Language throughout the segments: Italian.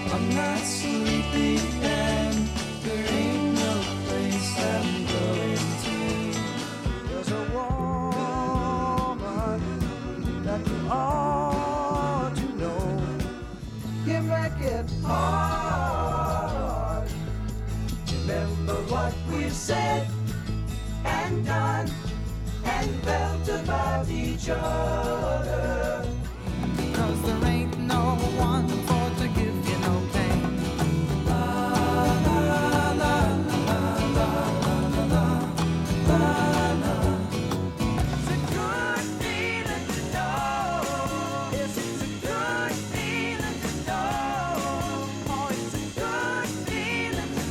I'm not sleepy and there ain't no place I'm going to. There's a woman that you ought to know. You make it hard. Remember what we've said and done and felt about each other. 'Cause there ain't no one for to give you no pain. La la la la la la la la. It's a good feeling to know. Yes, it's a good feeling to know. Oh, it's a good feeling to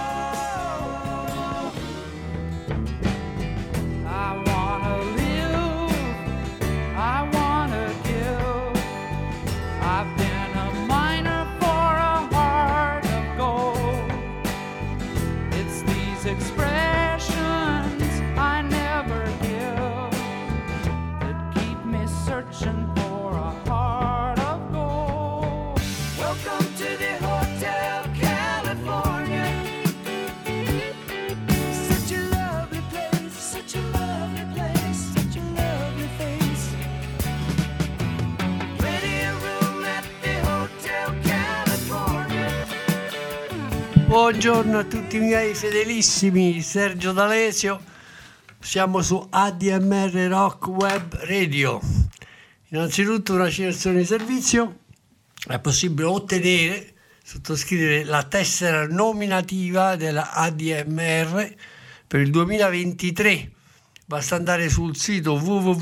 know. I wanna live, I wanna give. I've been a miner for a heart of gold. It's these expressions I never give that keep me searching for a heart of gold. Welcome to the Hotel California. Such a lovely place, such a lovely place, such a lovely face. Plenty of room at the Hotel California. Buongiorno a tutti i miei fedelissimi, Sergio D'Alesio, siamo su ADMR Rock Web Radio. Innanzitutto una citazione di servizio: è possibile ottenere, sottoscrivere la tessera nominativa della ADMR per il 2023. Basta andare sul sito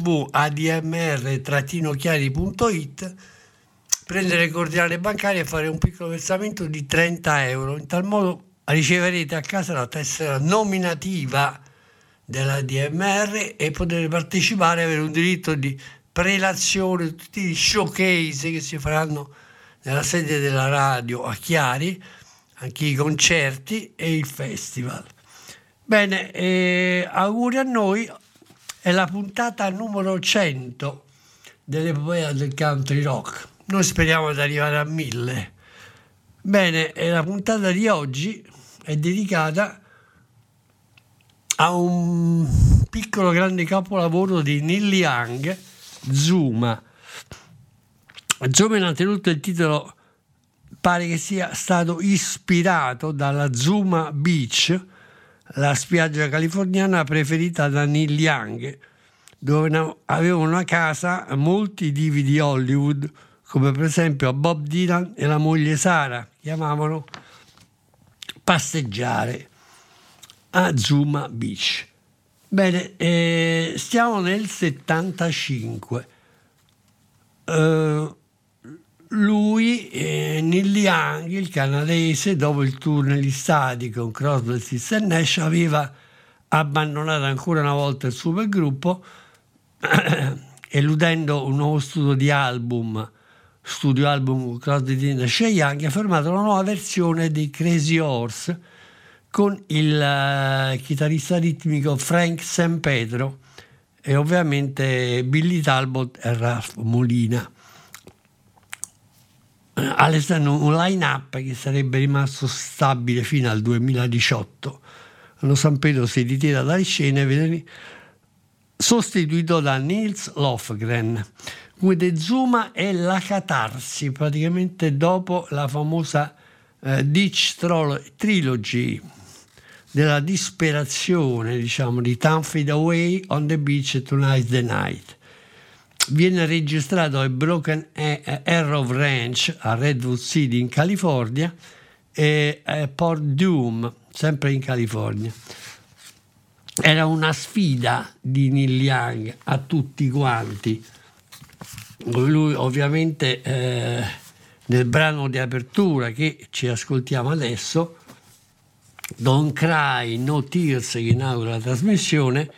www.admr-chiari.it, prendere il coordinate bancarie e fare un piccolo versamento di 30 euro. In tal modo riceverete a casa la tessera nominativa della DMR e potete partecipare e avere un diritto di prelazione, tutti gli showcase che si faranno nella sede della radio a Chiari, anche i concerti e il festival. Bene, auguri a noi. È la puntata numero 100 dell'epopea del country rock. Noi speriamo di arrivare a 1000. Bene, e la puntata di oggi è dedicata a un piccolo grande capolavoro di Neil Young, Zuma. Zuma, innanzitutto, il titolo pare che sia stato ispirato dalla Zuma Beach, la spiaggia californiana preferita da Neil Young, dove aveva una casa molti divi di Hollywood, come per esempio Bob Dylan e la moglie Sara, che amavano passeggiare a Zuma Beach. Bene, stiamo nel 75. Lui, Neil Young, il canadese, dopo il tour negli stadi con Crosby, Stills e Nash, aveva abbandonato ancora una volta il supergruppo, eludendo un nuovo studio album con Crosby, Stills, Nash e Young, ha formato una nuova versione di Crazy Horse con il chitarrista ritmico Frank Sampedro e ovviamente Billy Talbot e Ralph Molina. All'esterno un line-up che sarebbe rimasto stabile fino al 2018. Lo Sampedro si ritira dalle scene e viene sostituito da Nils Lofgren. Quindi Zuma è la catarsi praticamente dopo la famosa Ditch Trilogy della disperazione, diciamo, di Time Fade Away, On the Beach, Tonight's the Night. Viene registrato a Broken Arrow Ranch a Redwood City in California e a Port Doom, sempre in California. Era una sfida di Neil Young a tutti quanti. Lui ovviamente nel brano di apertura che ci ascoltiamo adesso, Don't Cry, No Tears, che inaugura la trasmissione,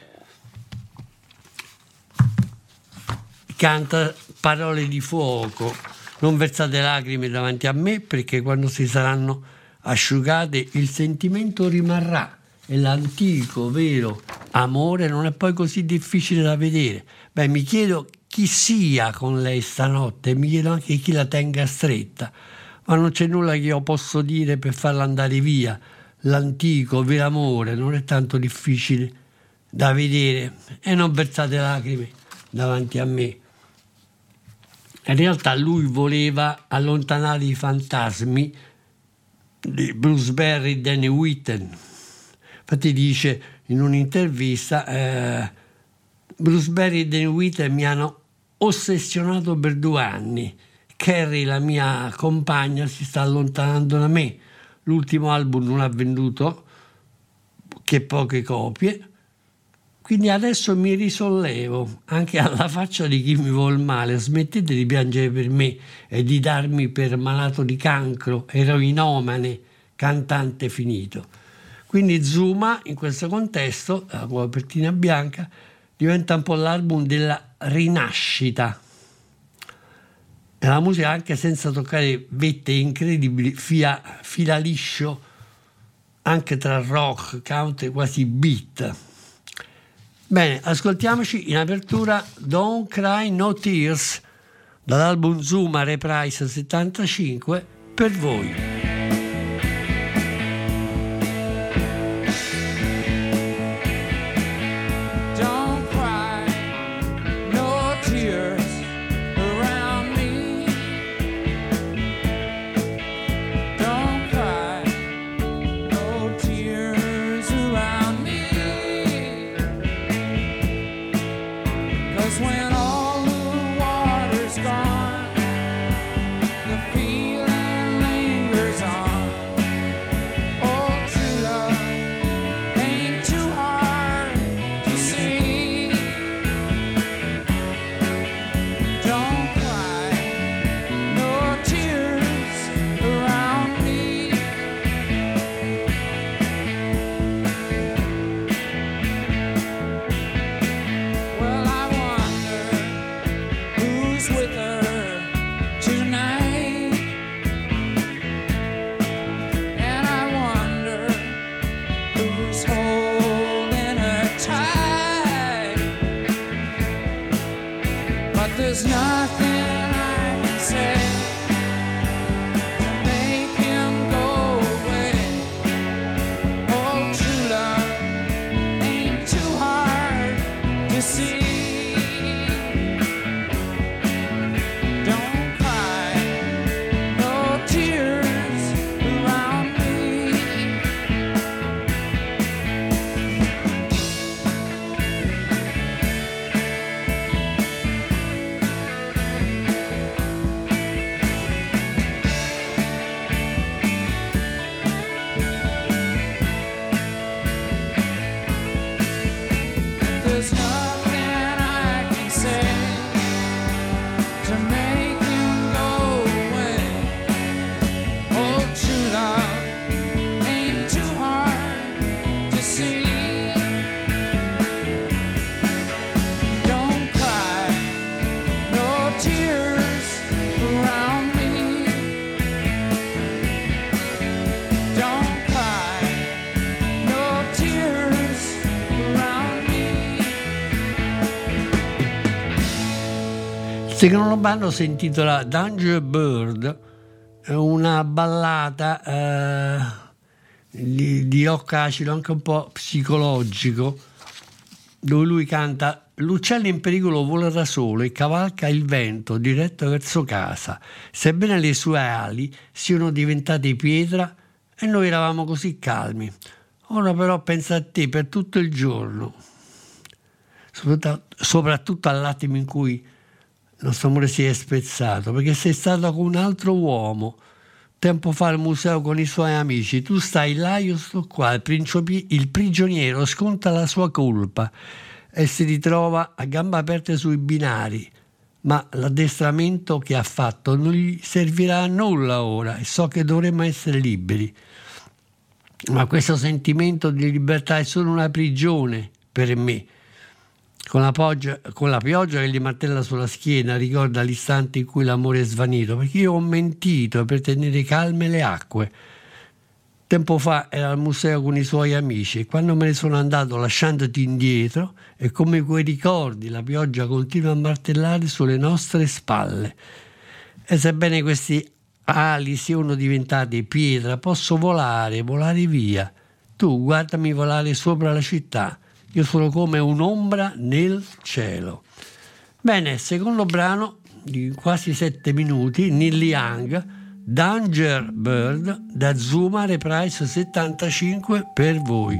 canta parole di fuoco: non versate lacrime davanti a me, perché quando si saranno asciugate il sentimento rimarrà e l'antico vero amore non è poi così difficile da vedere. Beh, mi chiedo chi sia con lei stanotte, mi chiedo anche chi la tenga stretta, ma non c'è nulla che io posso dire per farla andare via. L'antico vero amore non è tanto difficile da vedere, e non versate lacrime davanti a me. In realtà lui voleva allontanare i fantasmi di Bruce Berry e Danny Whitten. Infatti dice in un'intervista, Bruce Berry e Danny Whitten mi hanno ossessionato per 2 anni. Carrie, la mia compagna, si sta allontanando da me. L'ultimo album non ha venduto che poche copie, quindi adesso mi risollevo anche alla faccia di chi mi vuol male. Smettete di piangere per me e di darmi per malato di cancro, eroinomane, cantante finito. Quindi Zuma, in questo contesto, la copertina bianca, diventa un po' l'album della rinascita. E la musica, anche senza toccare vette incredibili, fila liscio anche tra rock, country, quasi beat. Bene, ascoltiamoci in apertura Don't Cry No Tears dall'album Zuma Reprise 75 per voi. When all the water's gone, the feeling lingers on. Oh, true love ain't too hard to see. Don't cry, no tears around me. Well, with her tonight, and I wonder who's holding her tight, but there's nothing I can say to make him go away. Oh, true love ain't too hard to see. There's nothing I can say to make him go away. Oh, true love ain't too hard to see. Don't cry, no tears around me. Don't cry, no tears around me. Il secondo brano si intitola Danger Bird, è una ballata di rock acido, anche un po' psicologico, dove lui canta: l'uccello in pericolo vola da solo e cavalca il vento diretto verso casa, sebbene le sue ali siano diventate pietra e noi eravamo così calmi. Ora però pensa a te per tutto il giorno, soprattutto all'attimo in cui il nostro amore si è spezzato, perché sei stato con un altro uomo tempo fa al museo con i suoi amici. Tu stai là, io sto qua. Il prigioniero sconta la sua colpa e si ritrova a gambe aperte sui binari, ma l'addestramento che ha fatto non gli servirà a nulla ora, e so che dovremmo essere liberi, ma questo sentimento di libertà è solo una prigione per me. Con la pioggia che gli martella sulla schiena ricorda l'istante in cui l'amore è svanito, perché io ho mentito per tenere calme le acque. Tempo fa era al museo con i suoi amici e quando me ne sono andato lasciandoti indietro, è come quei ricordi, la pioggia continua a martellare sulle nostre spalle. E sebbene questi ali siano diventate pietra, posso volare via. Tu guardami volare sopra la città, io sono come un'ombra nel cielo. Bene, secondo brano di quasi 7 minuti, Neil Young, Danger Bird, da Zuma Reprise 75 per voi.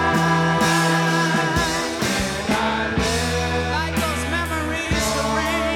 Like those memories surround.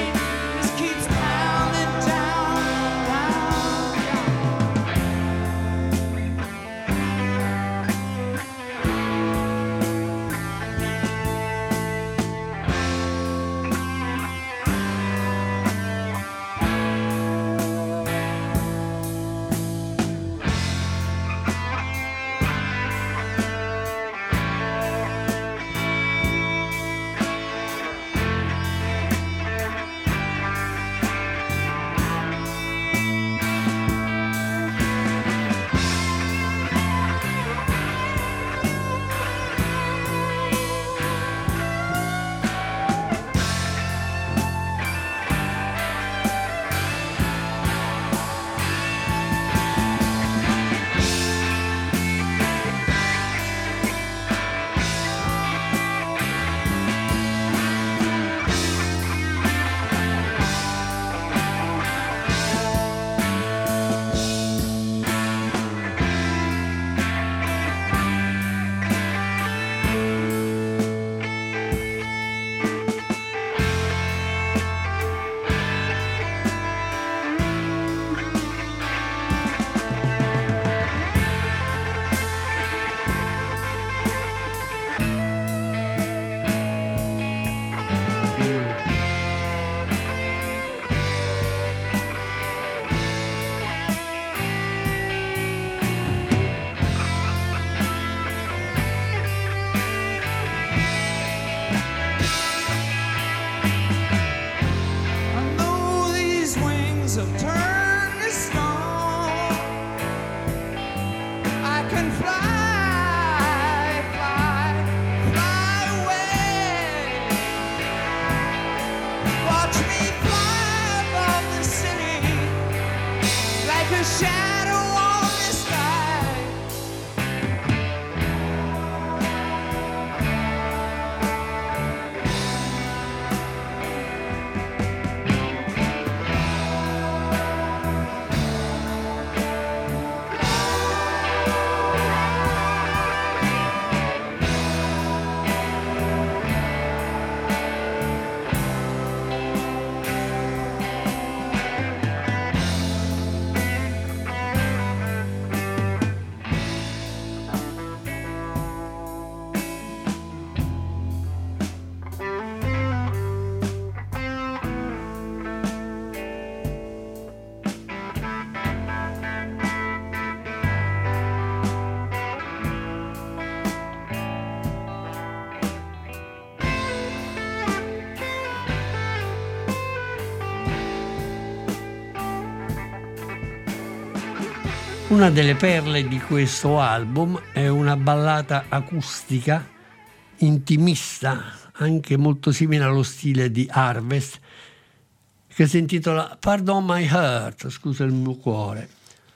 so turn to stone. I can fly, fly, fly away. Watch me fly above the city like a shadow on the sky. Una delle perle di questo album è una ballata acustica intimista, anche molto simile allo stile di Harvest, che si intitola Pardon My Heart, scusa il mio cuore,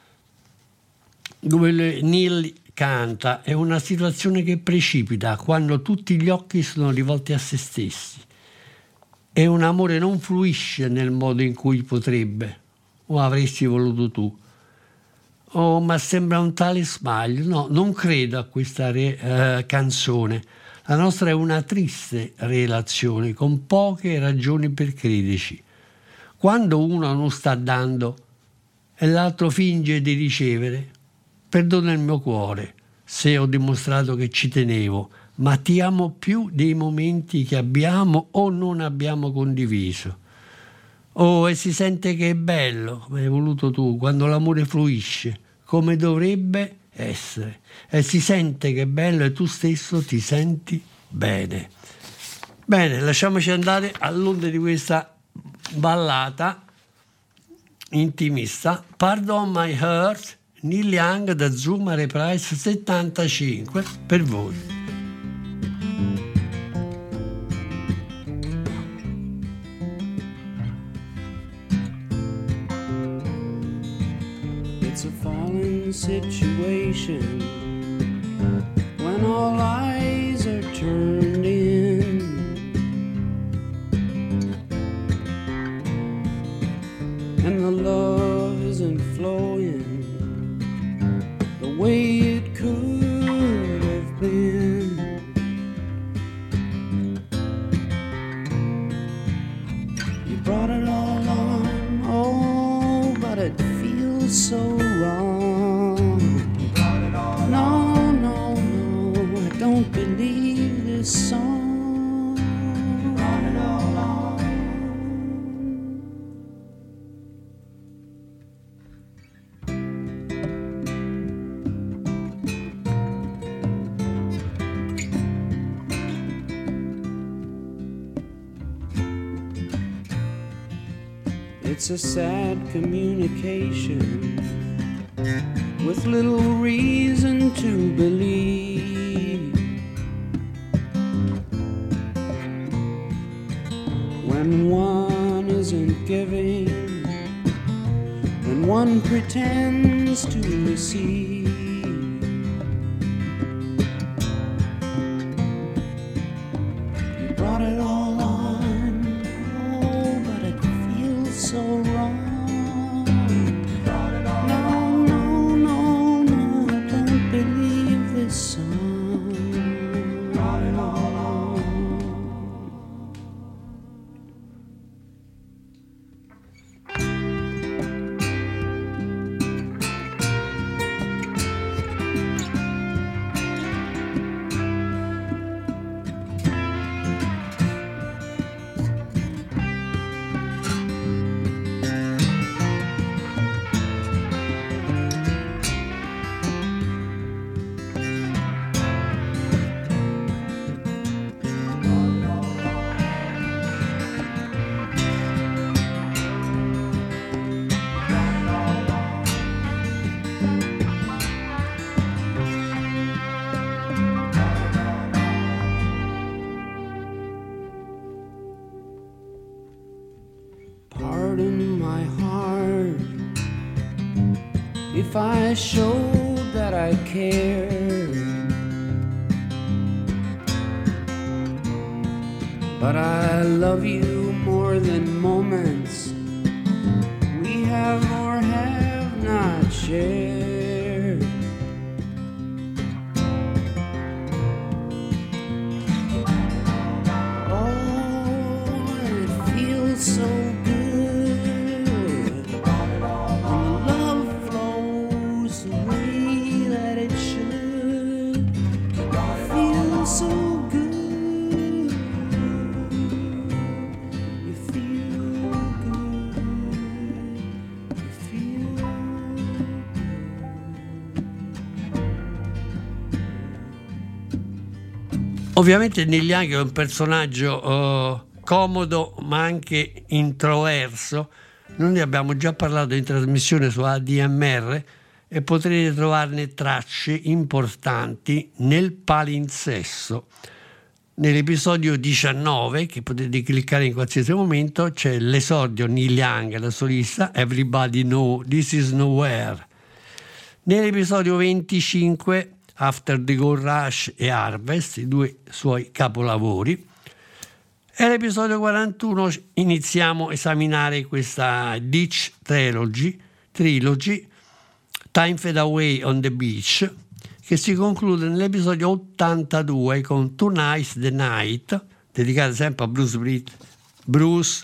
dove Neil canta: è una situazione che precipita quando tutti gli occhi sono rivolti a se stessi e un amore non fluisce nel modo in cui potrebbe o avresti voluto tu. Oh, ma sembra un tale sbaglio. No, non credo a questa canzone. La nostra è una triste relazione, con poche ragioni per crederci. Quando uno non sta dando e l'altro finge di ricevere, perdona il mio cuore se ho dimostrato che ci tenevo, ma ti amo più dei momenti che abbiamo o non abbiamo condiviso. Oh, e si sente che è bello, come hai voluto tu, quando l'amore fluisce, come dovrebbe essere. E si sente che è bello e tu stesso ti senti bene. Bene, lasciamoci andare all'onda di questa ballata intimista. Pardon My Heart, Neil Young da Zuma Reprise 75, per voi. It's a fallen situation when all eyes are turned in, and the love isn't flowing the way it could have been. You brought it all on, oh, but it feels so wrong. No, no, no, I don't believe this song. Brought it all on. It's a sad communication with little reason to believe. When one isn't giving and one pretends to receive. You brought it all on, oh, but it feels so wrong. harden my heart if I showed that I cared. But I love you more than moments we have or have not shared. Oh, it feels so good when love flows the way that it should. It feels so good. Ovviamente Neil Young è un personaggio comodo ma anche introverso. Noi ne abbiamo già parlato in trasmissione su ADMR e potrete trovarne tracce importanti nel palinsesto. Nell'episodio 19, che potete cliccare in qualsiasi momento, c'è l'esordio Neil Young, la solista, Everybody Know This Is Nowhere. Nell'episodio 25, After the Gold Rush e Harvest, i due suoi capolavori. E all'episodio 41 iniziamo a esaminare questa Ditch Trilogy, Time Fade Away on the Beach, che si conclude nell'episodio 82 con Tonight's the Night, dedicato sempre a Bruce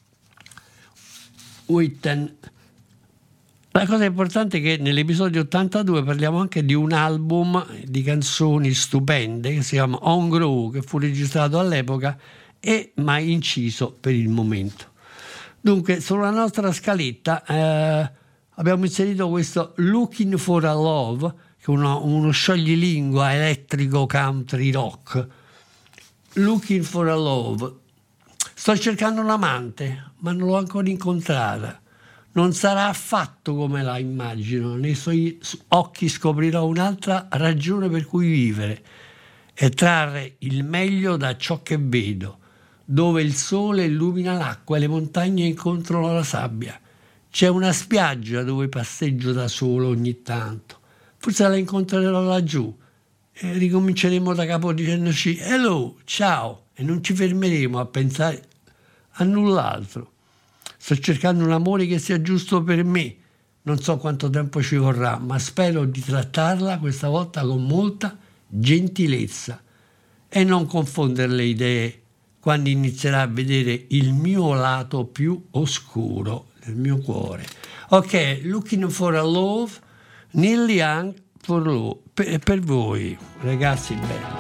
Witten. La cosa importante è che nell'episodio 82 parliamo anche di un album di canzoni stupende che si chiama On Grow, che fu registrato all'epoca e mai inciso per il momento. Dunque, sulla nostra scaletta abbiamo inserito questo Looking for a Love, che è uno scioglilingua elettrico country rock. Looking for a Love. Sto cercando un amante, ma non l'ho ancora incontrata. Non sarà affatto come la immagino. Nei suoi occhi scoprirò un'altra ragione per cui vivere e trarre il meglio da ciò che vedo, dove il sole illumina l'acqua e le montagne incontrano la sabbia. C'è una spiaggia dove passeggio da solo ogni tanto. Forse la incontrerò laggiù e ricominceremo da capo dicendoci hello, ciao, e non ci fermeremo a pensare a null'altro. Sto cercando un amore che sia giusto per me. Non so quanto tempo ci vorrà, ma spero di trattarla questa volta con molta gentilezza e non confondere le idee quando inizierà a vedere il mio lato più oscuro del mio cuore. Ok, Looking for a Love, Neil Young per voi, ragazzi belli.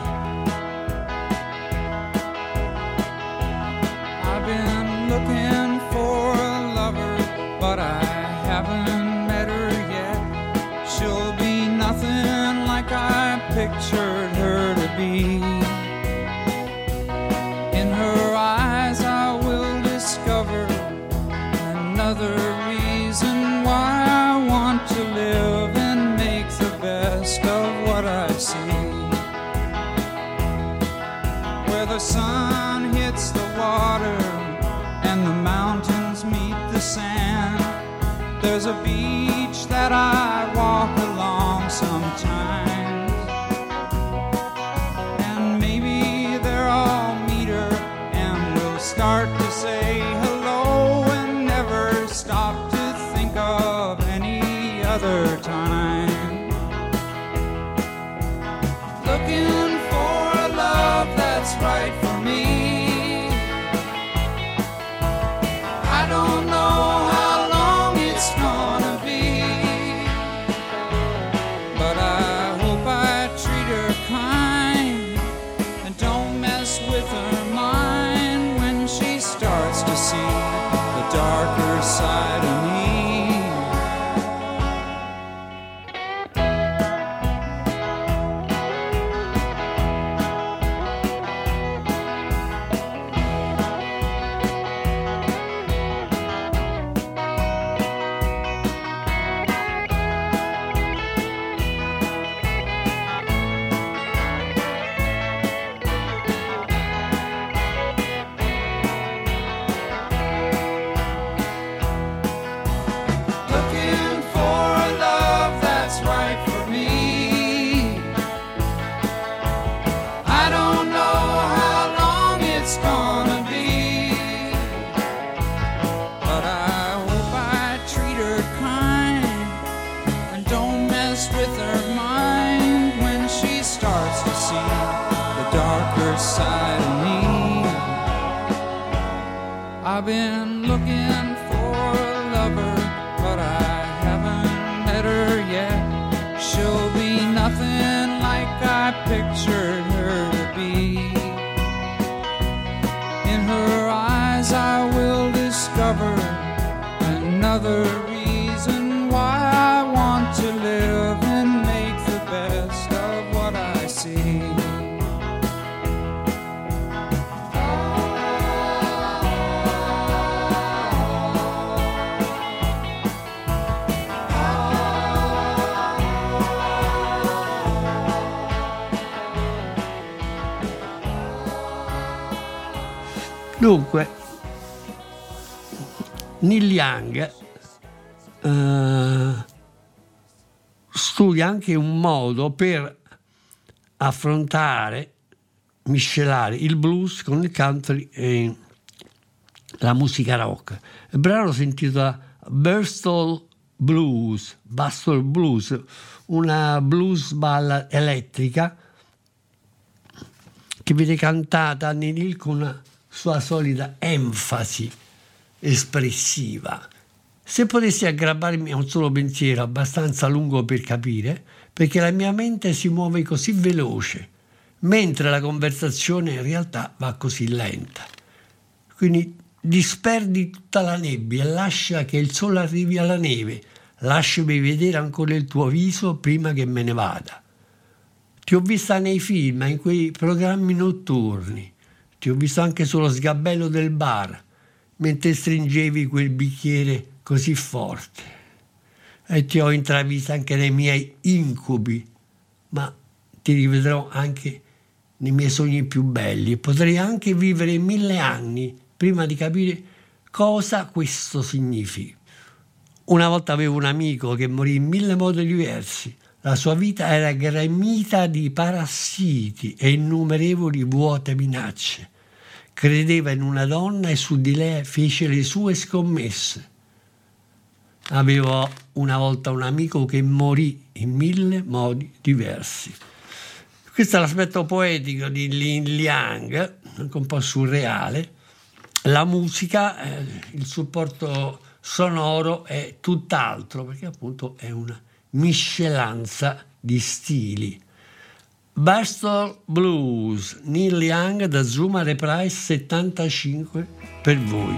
I've been looking for a lover, but I haven't met her yet. She'll be nothing like I pictured her to be. In her eyes I will discover another reason why I want to live and make the best of what I see. Where the sun hits the water and the mountains meet the sand, there's a beach that I walk along sometimes. And maybe there I'll meet her and we'll start to say hello and never stop to think of any other time. Looking for a love that's right for me. I don't know how long it's gonna be, but I hope I treat her kind and don't mess with her mind when she starts to see the darker side of me. I've been looking for a lover, but I haven't met her yet. She'll be nothing like I pictured her to be. In her eyes I will discover another reason why I want to live and make the best of what I see. Dunque, Neil Young studia anche un modo per affrontare, miscelare il blues con il country e la musica rock. Il brano si intitola Bristol Blues, una blues balla elettrica che viene cantata da Neil con una sua solita enfasi espressiva. Se potessi aggrapparmi a un solo pensiero abbastanza lungo per capire, perché la mia mente si muove così veloce, mentre la conversazione in realtà va così lenta. Quindi disperdi tutta la nebbia e lascia che il sole arrivi alla neve. Lasciami vedere ancora il tuo viso prima che me ne vada. Ti ho vista nei film, in quei programmi notturni. Ti ho visto anche sullo sgabello del bar, mentre stringevi quel bicchiere così forte. E ti ho intravista anche nei miei incubi, ma ti rivedrò anche nei miei sogni più belli. Potrei anche vivere 1000 anni prima di capire cosa questo significa. Una volta avevo un amico che morì in 1000 modi diversi. La sua vita era gremita di parassiti e innumerevoli vuote minacce. Credeva in una donna e su di lei fece le sue scommesse. Avevo una volta un amico che morì in 1000 modi diversi. Questo è l'aspetto poetico di Neil Young, anche un po' surreale. La musica, il supporto sonoro è tutt'altro, perché appunto è una miscelanza di stili. Bristol Blues, Neil Young da Zuma Reprise 75 per voi.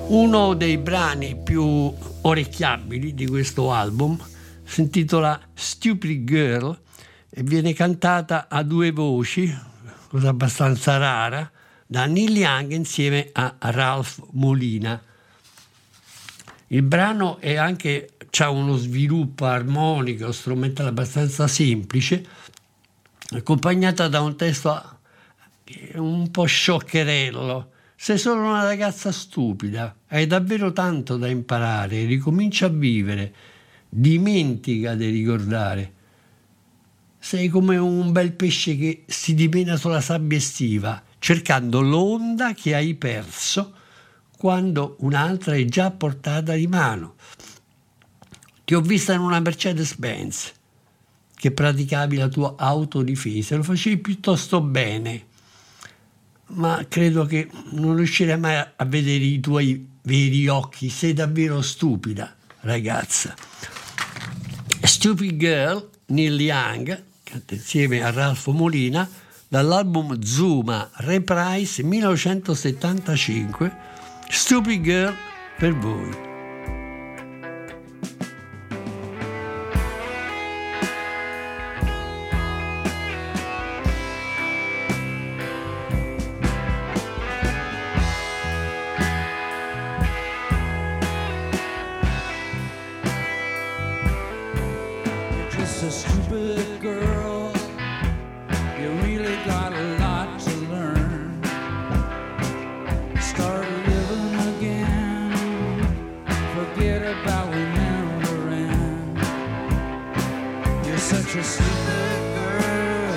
Uno dei brani più orecchiabili di questo album si intitola Stupid Girl e viene cantata a due voci, cosa abbastanza rara, da Neil Young insieme a Ralph Molina. Il brano c'ha uno sviluppo armonico, strumentale abbastanza semplice, accompagnata da un testo un po' scioccherello. Sei solo una ragazza stupida, hai davvero tanto da imparare, ricomincia a vivere, dimentica di ricordare. Sei come un bel pesce che si dimena sulla sabbia estiva, cercando l'onda che hai perso quando un'altra è già a portata di mano. Ti ho vista in una Mercedes-Benz che praticavi la tua autodifesa, lo facevi piuttosto bene, ma credo che non riuscirai mai a vedere i tuoi veri occhi, sei davvero stupida, ragazza. Stupid Girl, Neil Young, canta insieme a Ralph Molina, dall'album Zuma Reprise 1975, Stupid Girl per voi. A stupid girl, you really got a lot to learn. Start living again, forget about remembering. You're such a stupid girl.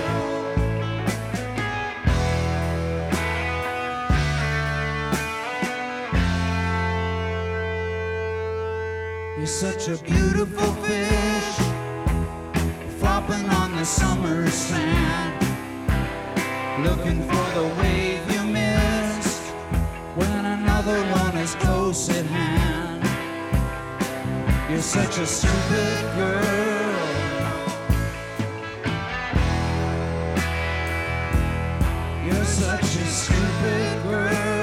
You're such a beautiful fish, flopping on the summer sand, looking for the wave you missed when another one is close at hand. You're such a stupid girl. You're such a stupid girl.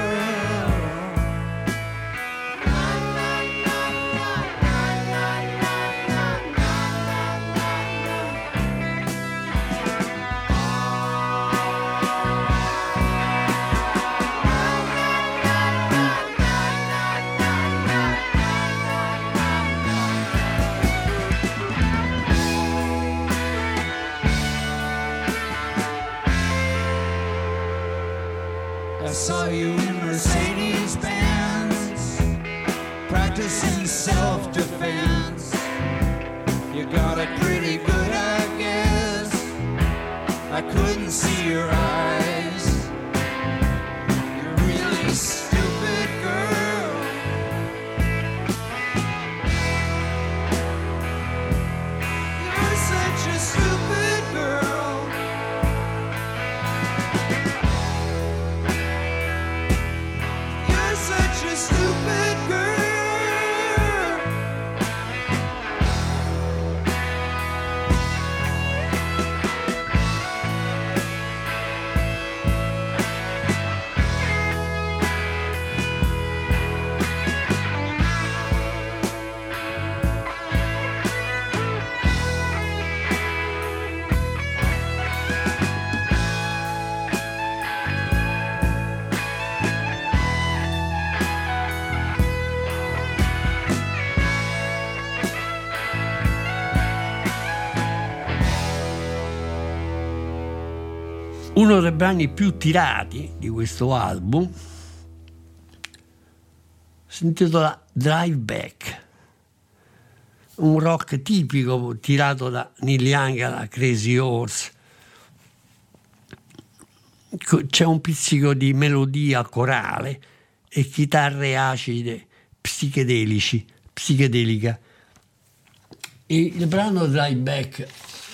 I saw you in Mercedes-Benz, practicing self-defense. You got it pretty good, I guess. I couldn't see your eyes. You're really stupid, girl. You're such a stupid girl. Such a stupid girl. Uno dei brani più tirati di questo album si intitola Drive Back, un rock tipico tirato da Neil Young alla Crazy Horse. C'è un pizzico di melodia corale e chitarre acide psichedelica. E il brano Drive Back,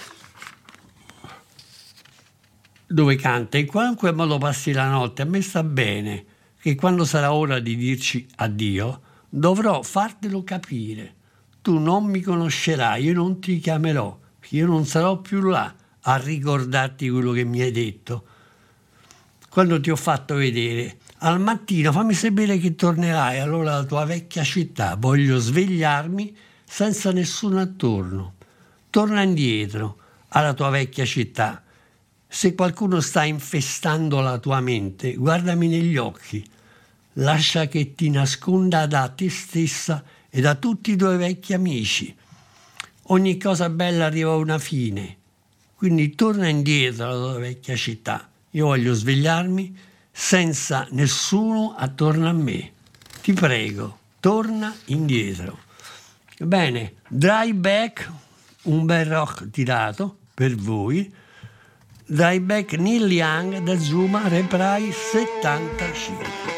dove canta: in qualunque modo passi la notte, a me sta bene che quando sarà ora di dirci addio dovrò fartelo capire. Tu non mi conoscerai, io non ti chiamerò, io non sarò più là a ricordarti quello che mi hai detto. quando ti ho fatto vedere. Al mattino fammi sapere che tornerai allora alla tua vecchia città. Voglio svegliarmi senza nessuno attorno. Torna indietro alla tua vecchia città. Se qualcuno sta infestando la tua mente, guardami negli occhi. Lascia che ti nasconda da te stessa e da tutti i tuoi vecchi amici. Ogni cosa bella arriva a una fine. Quindi torna indietro alla tua vecchia città. Io voglio svegliarmi senza nessuno attorno a me. Ti prego, torna indietro. Bene, Drive Back, un bel rock tirato per voi. Drive Back, Neil Young da Zuma Reprise 75.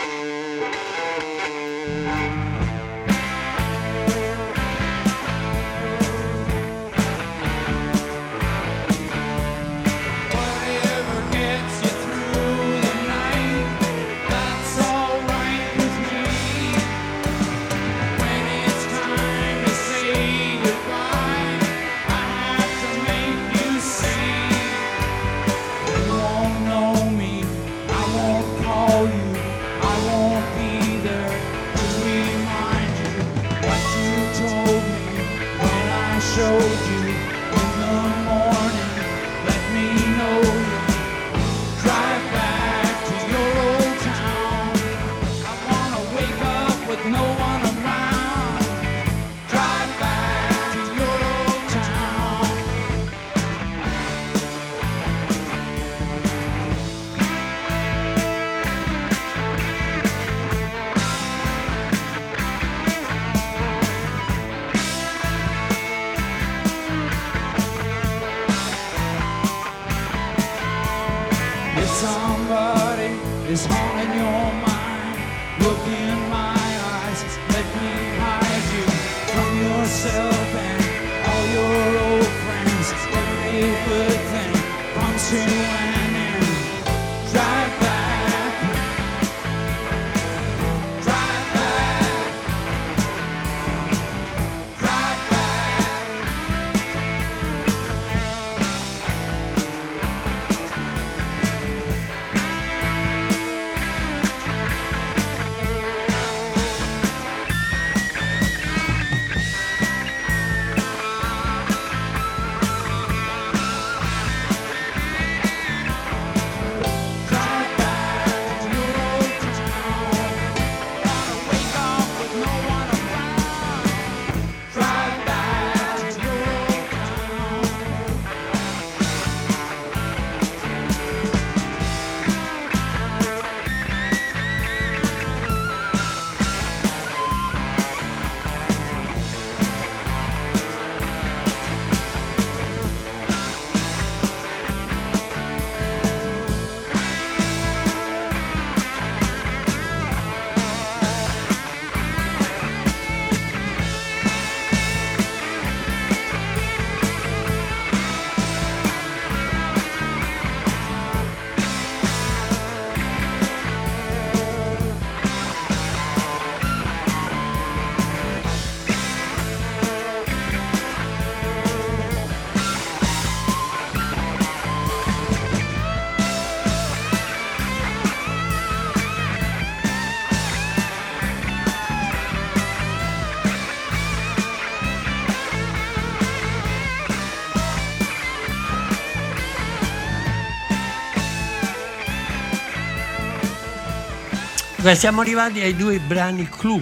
Siamo arrivati ai due brani clou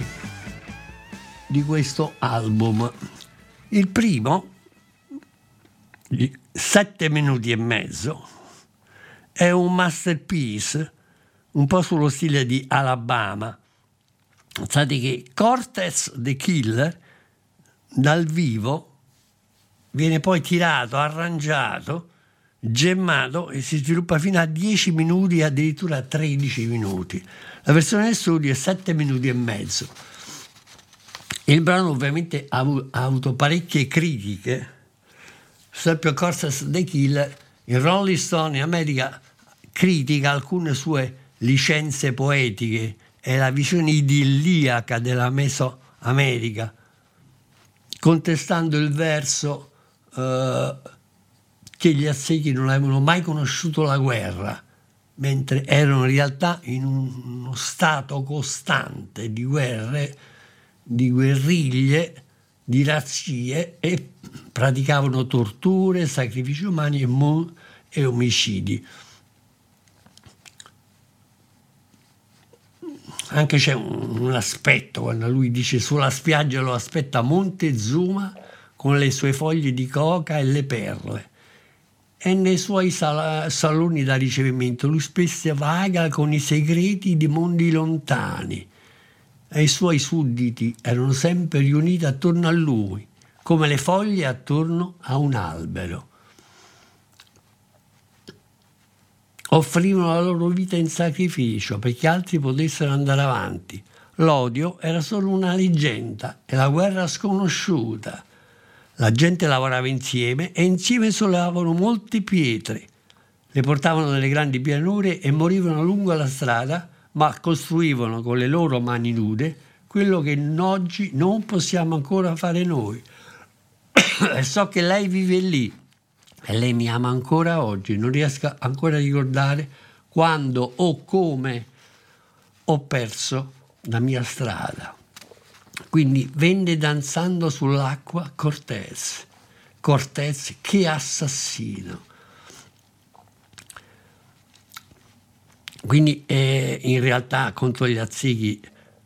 di questo album. Il primo, 7 minuti e mezzo, è un masterpiece un po' sullo stile di Alabama. Pensate che Cortez the Killer dal vivo viene poi tirato, arrangiato, gemmato e si sviluppa fino a 10 minuti, addirittura 13 minuti. La versione del studio è 7 minuti e mezzo. Il brano ovviamente ha avuto parecchie critiche. Sempre Cortez the Killer, il Rolling Stone in America critica alcune sue licenze poetiche e la visione idilliaca della Mesoamerica, contestando il verso che gli Aztechi non avevano mai conosciuto la guerra mentre erano in realtà in uno stato costante di guerre, di guerriglie, di razzie, e praticavano torture, sacrifici umani e omicidi. Anche c'è un aspetto quando lui dice: sulla spiaggia lo aspetta Montezuma con le sue foglie di coca e le perle, e nei suoi saloni da ricevimento lui spesso vaga con i segreti di mondi lontani, e i suoi sudditi erano sempre riuniti attorno a lui come le foglie attorno a un albero. Offrivano la loro vita in sacrificio perché altri potessero andare avanti. L'odio era solo una leggenda e la guerra sconosciuta. La gente lavorava insieme e insieme sollevavano molte pietre. Le portavano nelle grandi pianure e morivano lungo la strada, ma costruivano con le loro mani nude quello che oggi non possiamo ancora fare noi. E so che lei vive lì. E lei mi ama ancora oggi, non riesco ancora a ricordare quando o come ho perso la mia strada. Quindi venne danzando sull'acqua Cortés. Cortés, che assassino. Quindi in realtà contro gli Azzighi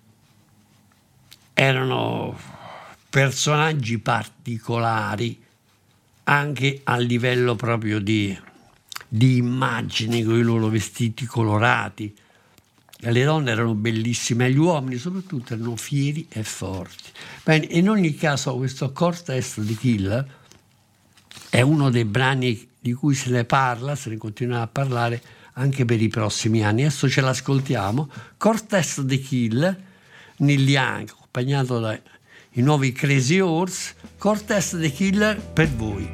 erano personaggi particolari, anche a livello proprio di immagine, con i loro vestiti colorati. Le donne erano bellissime e gli uomini soprattutto erano fieri e forti. Bene, in ogni caso questo Cortés the Killer è uno dei brani di cui se ne parla, se ne continua a parlare anche per i prossimi anni. Adesso ce l'ascoltiamo, Cortés the Killer, Neil Young, accompagnato dai nuovi Crazy Horse, Cortés the Killer per voi.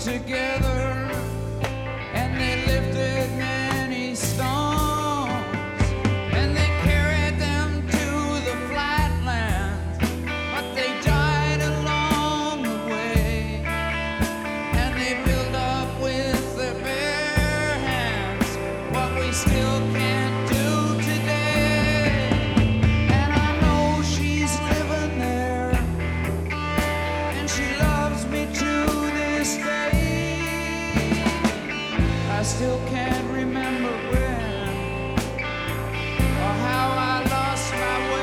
together, and they lifted many stones, and they carried them to the flatlands, but they died along the way, and they built up with their bare hands what we still can't do today. And I know she's living there, and she loves me to this day. I still can't remember when or how I lost my way.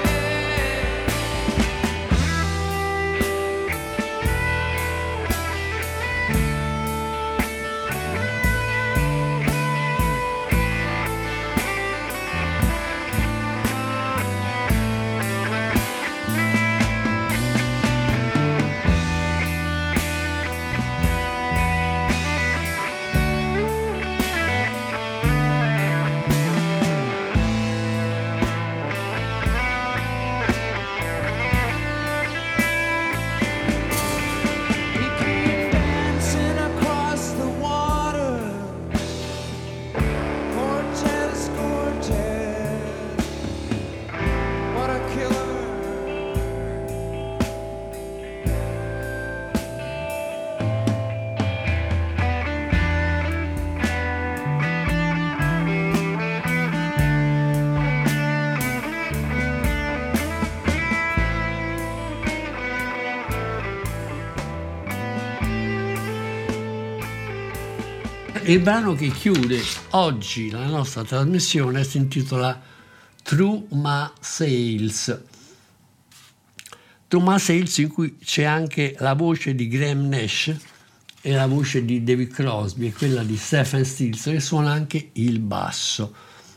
He came dancing across the water, Cortez, Cortez, what a killer. Il brano che chiude oggi la nostra trasmissione si intitola Through My Sails. Through My Sails, in cui c'è anche la voce di Graham Nash e la voce di David Crosby e quella di Stephen Stills, che suona anche il basso.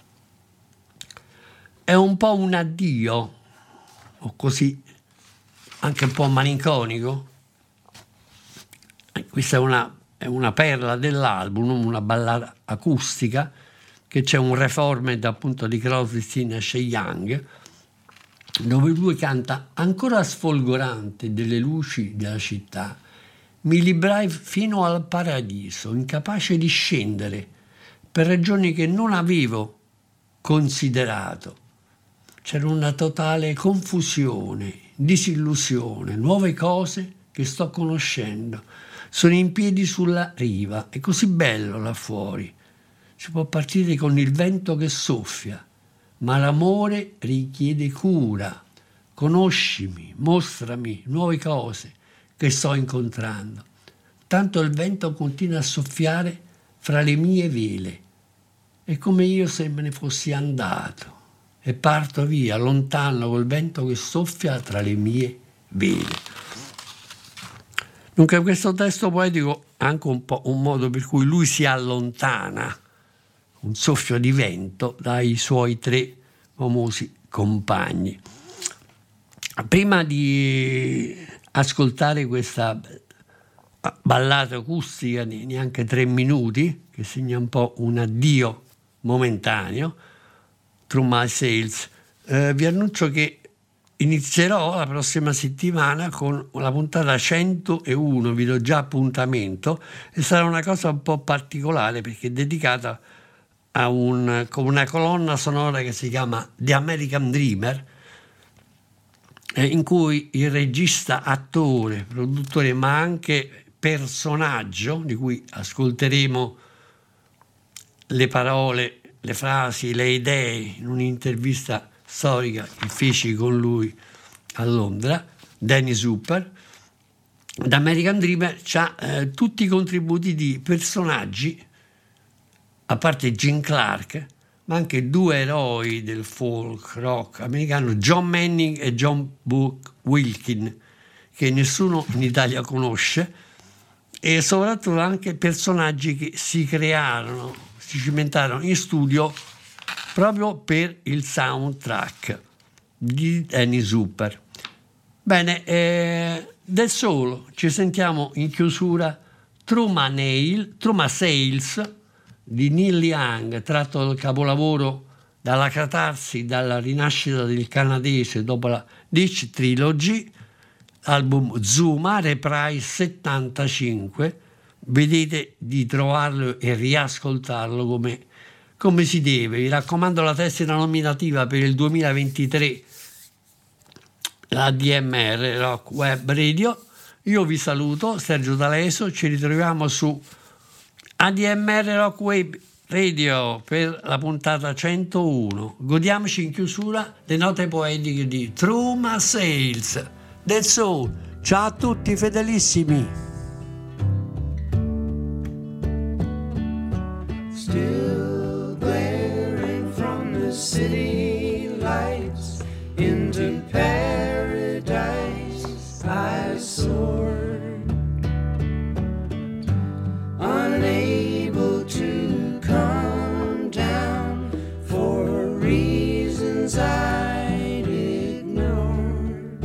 È un po' un addio, o così anche un po' malinconico. Questa è una perla dell'album, una ballata acustica, che c'è un reformed appunto di Crosby, Stills e Young, dove lui canta: ancora sfolgorante delle luci della città, mi librai fino al paradiso, incapace di scendere per ragioni che non avevo considerato. C'era una totale confusione, disillusione, nuove cose che sto conoscendo. Sono in piedi sulla riva, è così bello là fuori. Si può partire con il vento che soffia, ma l'amore richiede cura. Conoscimi, mostrami nuove cose che sto incontrando. Tanto il vento continua a soffiare fra le mie vele. È come io se me ne fossi andato e parto via, lontano col vento che soffia tra le mie vele. Dunque questo testo poetico è anche un po' un modo per cui lui si allontana, un soffio di vento, dai suoi 3 famosi compagni. Prima di ascoltare questa ballata acustica di neanche 3 minuti, che segna un po' un addio momentaneo, Through My Sails, vi annuncio che inizierò la prossima settimana con la puntata 101, vi do già appuntamento, e sarà una cosa un po' particolare perché è dedicata a una colonna sonora che si chiama The American Dreamer, in cui il regista, attore, produttore, ma anche personaggio, di cui ascolteremo le parole, le frasi, le idee in un'intervista storica che feci con lui a Londra, Dennis Hooper. The American Dreamer ha tutti i contributi di personaggi, a parte Gene Clark, ma anche 2 eroi del folk rock americano, John Manning e John Buck Wilkin, che nessuno in Italia conosce, e soprattutto anche personaggi che si crearono, si cimentarono in studio proprio per il soundtrack di Dennis Hooper. Bene, del solo ci sentiamo in chiusura Through My Sails di Neil Young, tratto dal capolavoro Dalla catarsi, dalla rinascita del canadese dopo la Ditch Trilogy, album Zuma, Reprise 75, vedete di trovarlo e riascoltarlo come si deve. Vi raccomando la tessera nominativa per il 2023, l'ADMR Rock Web Radio. Io vi saluto, Sergio D'Aleso, ci ritroviamo su ADMR Rock Web Radio per la puntata 101. Godiamoci in chiusura le note poetiche di Through My Sails del Soul. Ciao a tutti fedelissimi. Still glaring from the city lights into paradise I soared, unable to come down for reasons I'd ignored.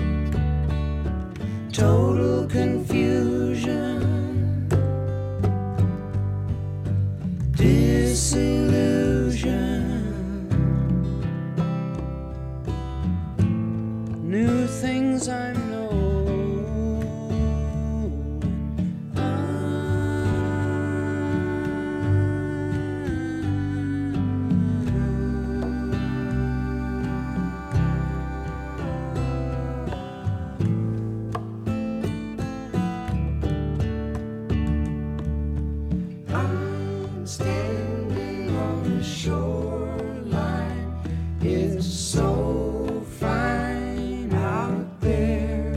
Total confusion, disillusion, new things I'm standing on the shoreline. It's so fine out there,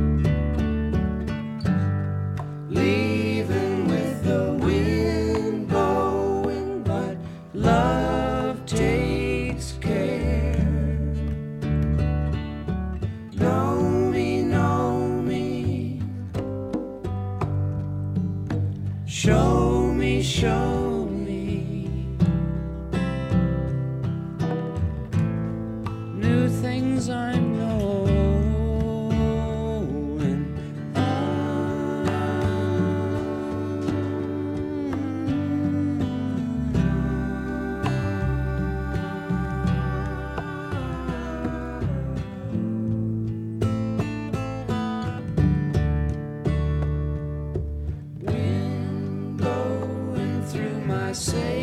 leaving with the wind blowing, but love takes care. Know me, show me, show me new things I'm knowing. Wind blowing through my sails,